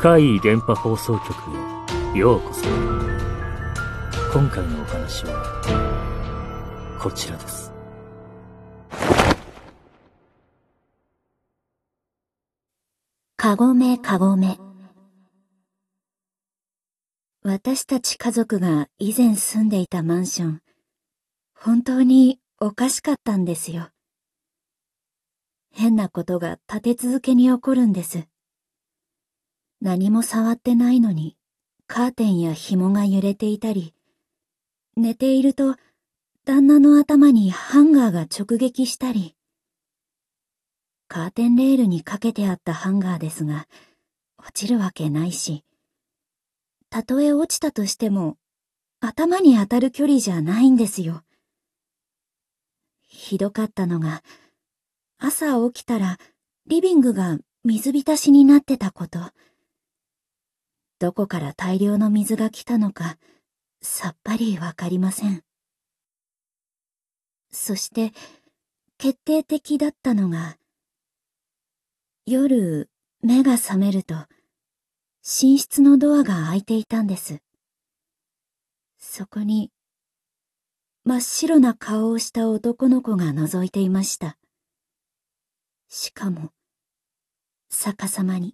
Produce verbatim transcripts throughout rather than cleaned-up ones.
怪異電波放送局へようこそ。今回のお話はこちらです。 かごめかごめ。私たち家族が以前住んでいたマンション、本当におかしかったんですよ。変なことが立て続けに起こるんです。何も触ってないのに、カーテンや紐が揺れていたり、寝ていると旦那の頭にハンガーが直撃したり、カーテンレールにかけてあったハンガーですが、落ちるわけないし、たとえ落ちたとしても、頭に当たる距離じゃないんですよ。ひどかったのが、朝起きたらリビングが水浸しになってたこと。どこから大量の水が来たのか、さっぱりわかりません。そして、決定的だったのが、夜、目が覚めると、寝室のドアが開いていたんです。そこに、真っ白な顔をした男の子が覗いていました。しかも、逆さまに。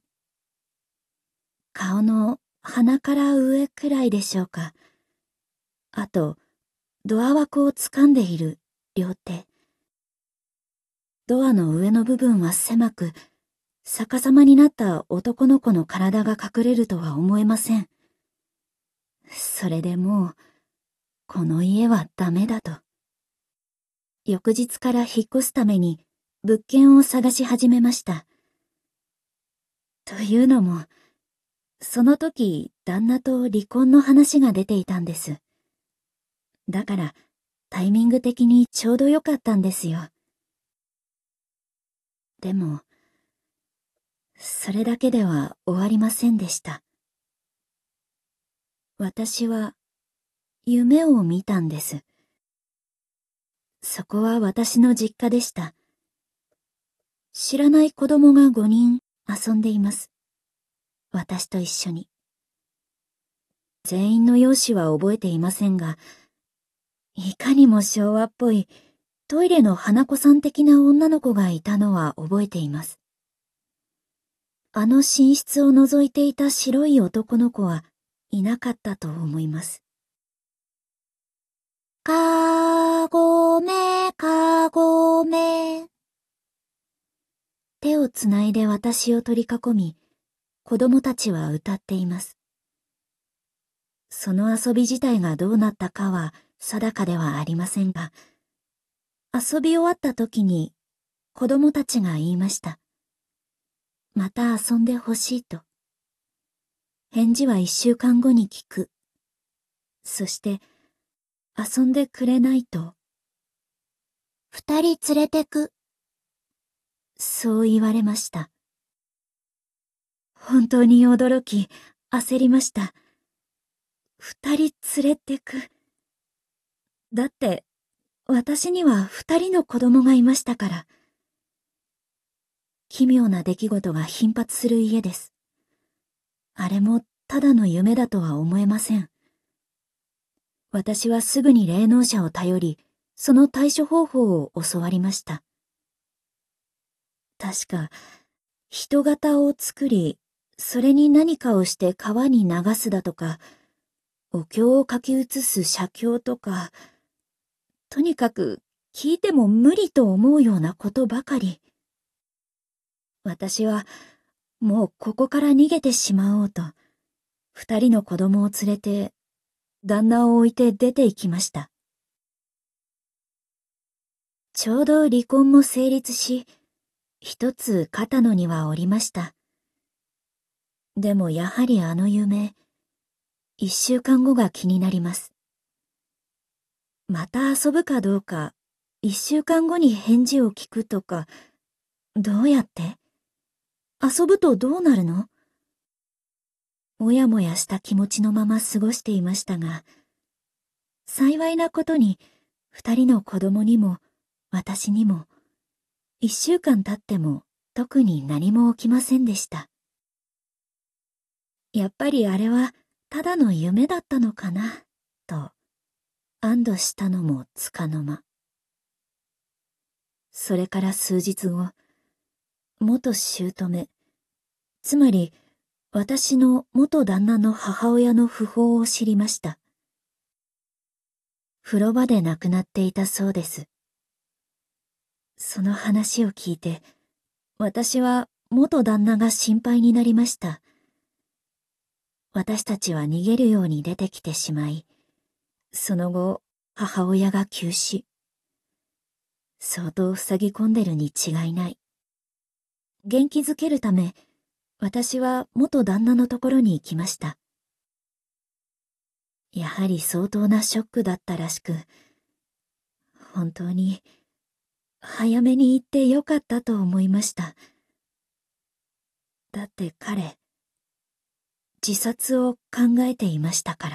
顔の鼻から上くらいでしょうか。あと、ドア枠を掴んでいる両手。ドアの上の部分は狭く、逆さまになった男の子の体が隠れるとは思えません。それでもう、この家はダメだと。翌日から引っ越すために物件を探し始めました。というのも、その時旦那と離婚の話が出ていたんです。だからタイミング的にちょうどよかったんですよ。でも、それだけでは終わりませんでした。私は夢を見たんです。そこは私の実家でした。知らない子供がごにん遊んでいます。私と一緒に。全員の容姿は覚えていませんが、いかにも昭和っぽいトイレの花子さん的な女の子がいたのは覚えています。あの寝室を覗いていた白い男の子はいなかったと思います。かごめかごめ。手をつないで私を取り囲み、子供たちは歌っています。その遊び自体がどうなったかは定かではありませんが、遊び終わった時に子供たちが言いました。また遊んでほしいと。返事は一週間後に聞く。そして、遊んでくれないと。二人連れてく。そう言われました。本当に驚き、焦りました。二人連れてく。だって、私には二人の子供がいましたから。奇妙な出来事が頻発する家です。あれもただの夢だとは思えません。私はすぐに霊能者を頼り、その対処方法を教わりました。確か、人型を作り、それに何かをして川に流すだとか、お経を書き写す写経とか、とにかく聞いても無理と思うようなことばかり。私は、もうここから逃げてしまおうと、二人の子供を連れて、旦那を置いて出て行きました。ちょうど離婚も成立し、一つ肩の荷は下りました。でもやはりあの夢、一週間後が気になります。また遊ぶかどうか、一週間後に返事を聞くとか、どうやって？遊ぶとどうなるの？もやもやした気持ちのまま過ごしていましたが、幸いなことに二人の子供にも私にも一週間経っても特に何も起きませんでした。 やっぱりあれはただの夢だったのかな、と安堵したのもつかの間。それから数日後、元姑、つまり私の元旦那の母親の訃報を知りました。風呂場で亡くなっていたそうです。その話を聞いて、私は元旦那が心配になりました。私たちは逃げるように出てきてしまい、その後、母親が急死。相当塞ぎ込んでるに違いない。元気づけるため、私は元旦那のところに行きました。やはり相当なショックだったらしく、本当に早めに行ってよかったと思いました。だって彼、自殺を考えていましたから。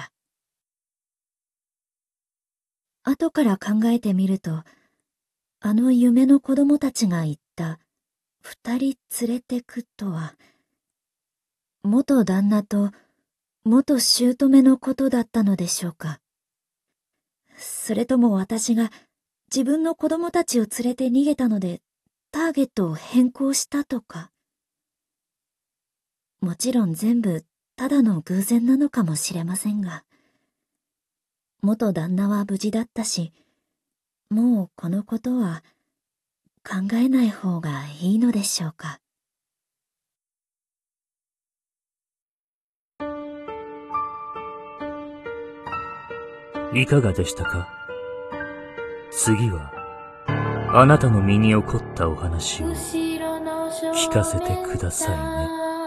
後から考えてみると、あの夢の子供たちが言った二人連れてくとは、元旦那と元姑のことだったのでしょうか。それとも私が自分の子供たちを連れて逃げたのでターゲットを変更したとか。もちろん全部ただの偶然なのかもしれませんが、元旦那は無事だったし、もうこのことは考えない方がいいのでしょうか。 いかがでしたか？次はあなたの身に起こったお話を聞かせてくださいね。